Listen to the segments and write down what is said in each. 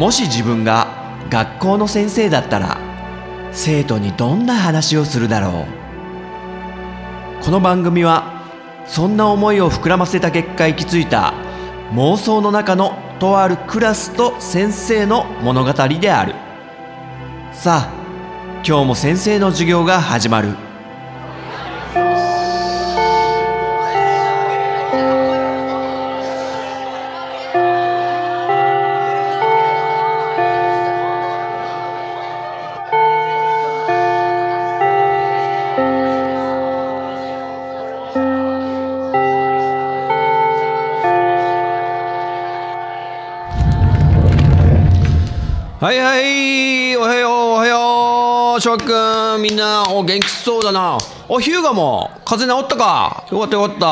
もし自分が学校の先生だったら生徒にどんな話をするだろう。この番組はそんな思いを膨らませた結果行き着いた妄想の中のとあるクラスと先生の物語である。さあ、今日も先生の授業が始まる。はいはい、おはようおはよう。翔くん、みんな元気そうだな。ヒューガも風邪治ったか。よかったよかった。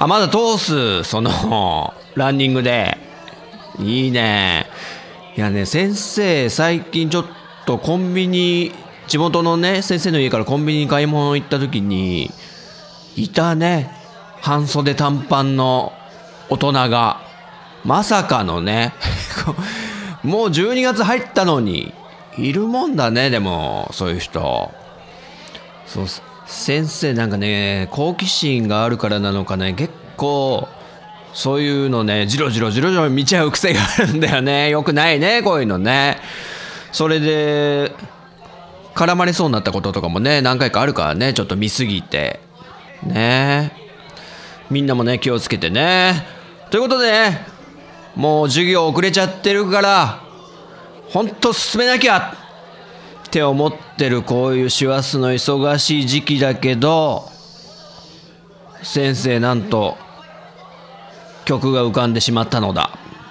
まだ通す、そのランニングで。いいね。いやね、先生最近ちょっとコンビニ、地元のね先生の家からコンビニに買い物行った時にいたね、半袖短パンの大人が。まさかのねもう12月入ったのにいるもんだね。でもそういう人、そう、先生なんかね、好奇心があるからなのかね、結構そういうのね、じろじろ見ちゃう癖があるんだよね。よくないね、こういうのね。それで絡まれそうになったこととかもね、何回かあるからね。ちょっと見すぎてね。みんなもね気をつけてね。ということでね、もう授業遅れちゃってるからほんと進めなきゃって思ってる、こういう師走の忙しい時期だけど、先生なんと曲が浮かんでしまったのだ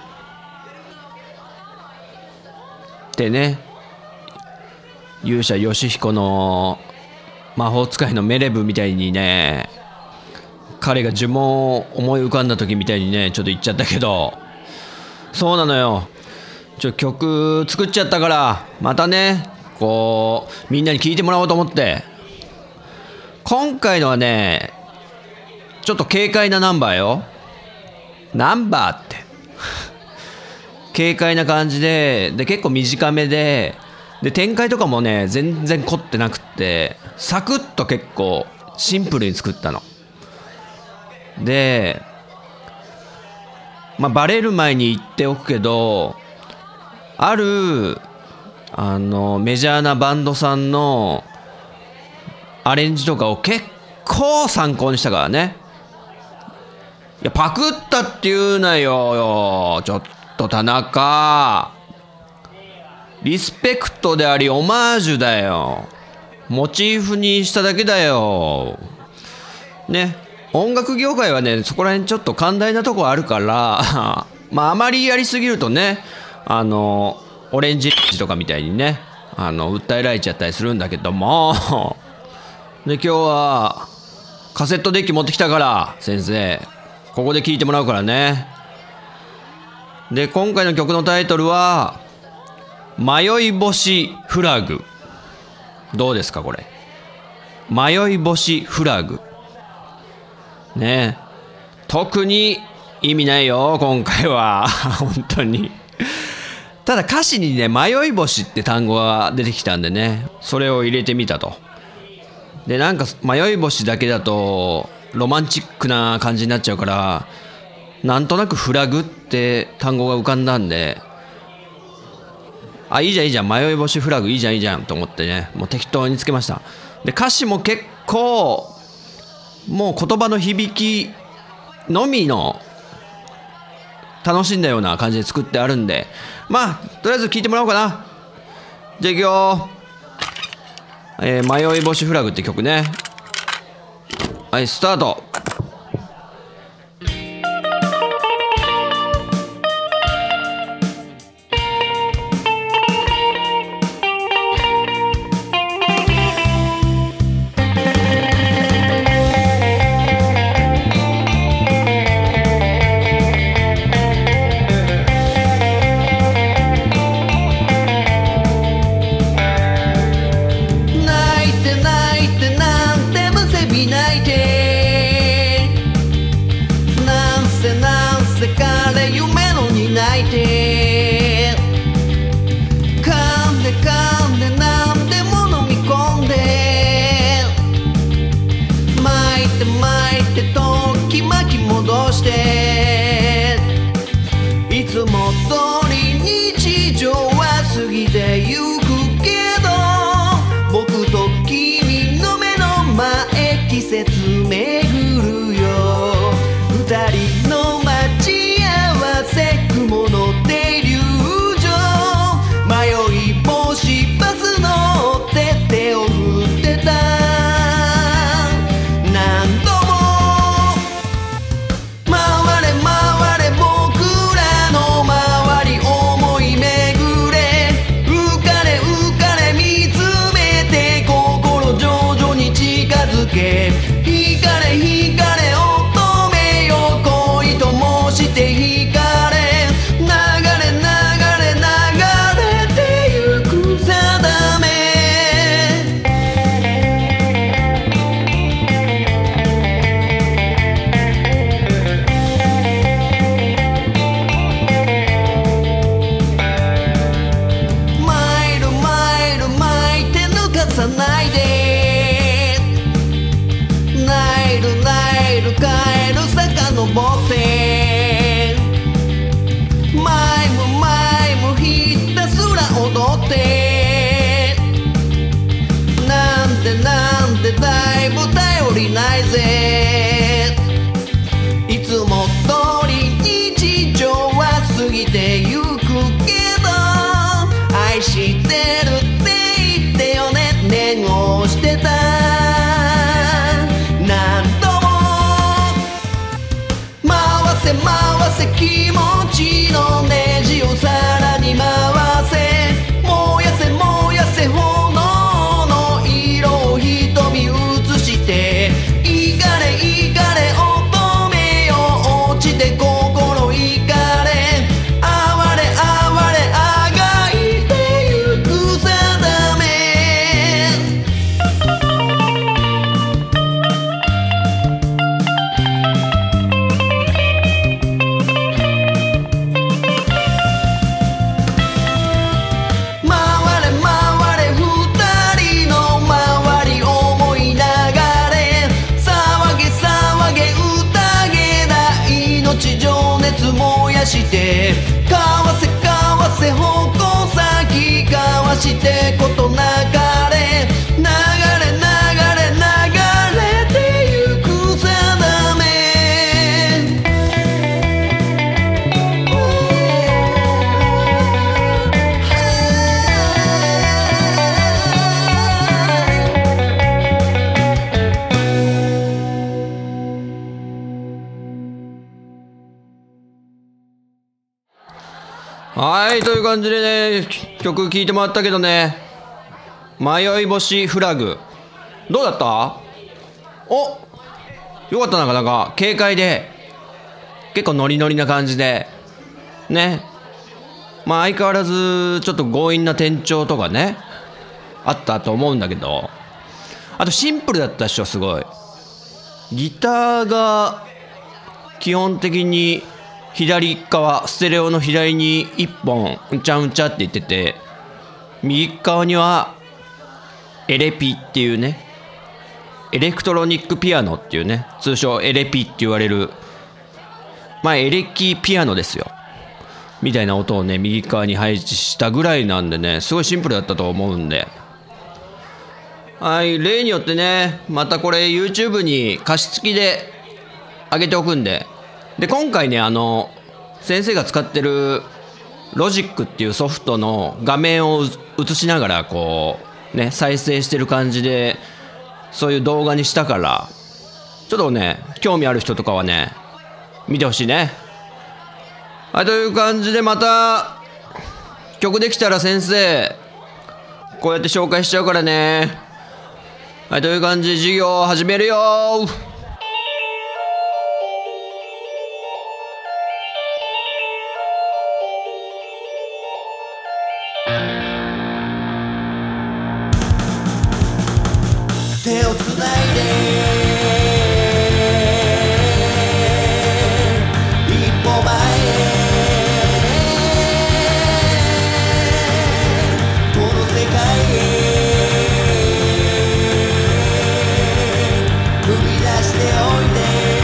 ってね。勇者ヨシヒコの魔法使いのメレブみたいにね、彼が呪文を思い浮かんだ時みたいにね、ちょっと言っちゃったけど、そうなのよ。曲作っちゃったから、またねこうみんなに聴いてもらおうと思って、今回のはねちょっと軽快なナンバーよ。ナンバーって軽快な感じで結構短めで展開とかもね全然凝ってなくって、サクッと結構シンプルに作ったので、バレる前に言っておくけど、あるメジャーなバンドさんのアレンジとかを結構参考にしたからね。いや、パクったって言うなよ、ちょっと田中。リスペクトでありオマージュだよ。モチーフにしただけだよね。音楽業界はねそこら辺ちょっと寛大なとこあるからあまりやりすぎるとね、オレンジとかみたいにね訴えられちゃったりするんだけどもで、今日はカセットデッキ持ってきたから、先生ここで聴いてもらうからね。で、今回の曲のタイトルは迷い星フラグ。どうですかこれ。迷い星フラグね。特に意味ないよ今回は本当に。ただ歌詞にね迷い星って単語が出てきたんでね、それを入れてみたと。で、なんか迷い星だけだとロマンチックな感じになっちゃうから、なんとなくフラグって単語が浮かんだんで、いいじゃん迷い星フラグいいじゃんと思ってね、もう適当につけました。で、歌詞も結構もう言葉の響きのみの楽しんだような感じで作ってあるんで、とりあえず聞いてもらおうかな。じゃあいくよ。迷い星フラグって曲ね。はい、スタート。 なんせ彼夢の担い手節巡るよ。二人の待ち合わせ雲のデリュージョン。迷い星バス乗って手を振ってた。何度も回れ回れ僕らの周り思い巡れ。浮かれ浮かれ見つめて心徐々に近づけ。惹かれ惹かれ乙女よ恋と申して惹かれ。流れ流れ流れてゆく定め。マイルマイル巻いて抜かさないで。ナイルナイル帰る遡って。マイムマイムひたすら踊って。なんてなんてだいぶ頼りないぜ。いつも通り日常は過ぎてゆくけど、愛してるって言ってよね念を押してた。何度も回せ回せ気持ちのネジをさらに回せ。燃やせ燃やせ炎の色を瞳映して。いかれいかれ乙女よ落ちて心いかれ。哀れ哀れあがいてゆく定め。回れ回れ二人の周り思い流れ。騒げ騒げ宴だ命情熱燃やして。交わせ交わせ矛先交わしてことなかれ。流れ流れ流れてゆく定め。はい、という感じでね、曲聴いてもらったけどね、迷い星フラグどうだった？お、よかった。なかなか軽快で結構ノリノリな感じでね。まあ相変わらずちょっと強引な転調とかねあったと思うんだけど、あとシンプルだったでしょ。すごいギターが基本的に左側ステレオの左に1本うんちゃうんちゃって言ってて、右側にはエレピっていうね、エレクトロニックピアノっていうね、通称エレピって言われる、まあエレキピアノですよみたいな音をね右側に配置したぐらいなんでね、すごいシンプルだったと思うんで、はい、例によってねまたこれ YouTube に歌詞付きで上げておくんで。で今回ね先生が使ってるロジックっていうソフトの画面を映しながらこうね再生してる感じでそういう動画にしたから、ちょっとね興味ある人とかはね見てほしいね。はい、という感じでまた曲できたら先生こうやって紹介しちゃうからね。はい、という感じで授業始めるよ。手をつないで一歩前へこの世界へ踏み出しておい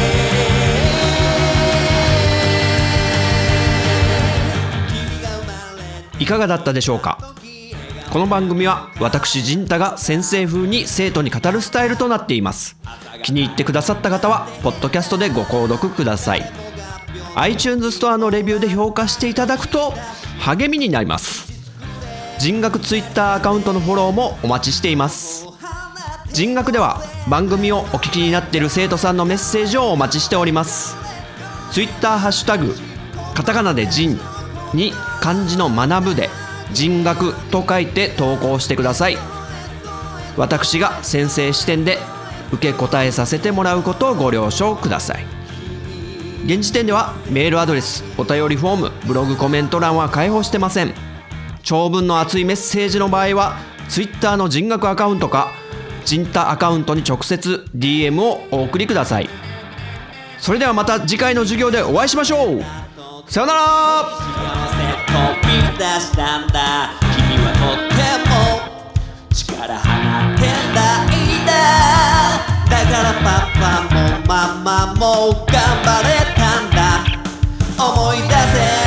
で。いかがだったでしょうか。この番組は私陣太が先生風に生徒に語るスタイルとなっています。 気に入ってくださった方はポッドキャストでご購読ください。 iTunes ストアのレビューで評価していただくと励みになります。人学 Twitter アカウントのフォローもお待ちしています。人学では番組をお聞きになっている生徒さんのメッセージをお待ちしております。 Twitter ハッシュタグカタカナで人に漢字の学ぶで人学と書いて投稿してください。私が先生視点で受け答えさせてもらうことをご了承ください。現時点ではメールアドレス、お便りフォーム、ブログコメント欄は開放してません。長文の熱いメッセージの場合は Twitter の人学アカウントか人多アカウントに直接 DM をお送りください。それではまた次回の授業でお会いしましょう。さよなら。飛び出したんだ。君はとっても力放ってないんだ。だからパパもママも頑張れたんだ。思い出せ、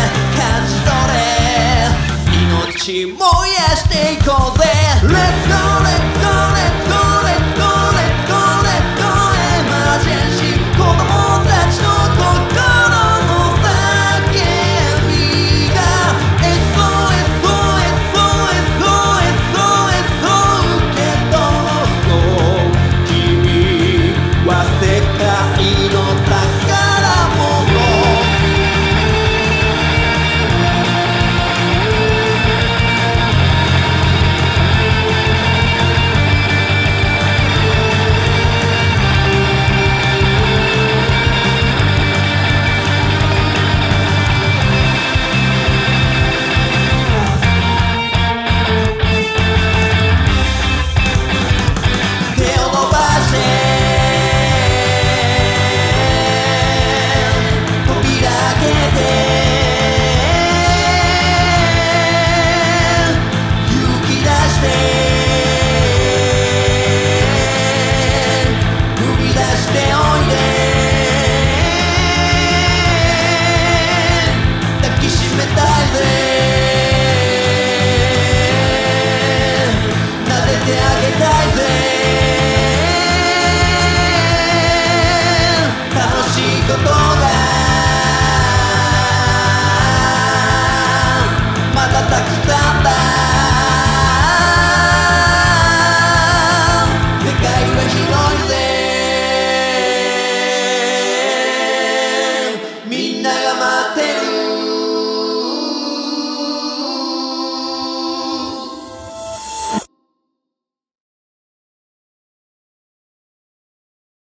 感じ取れ、命燃やしていこうぜ。Let's go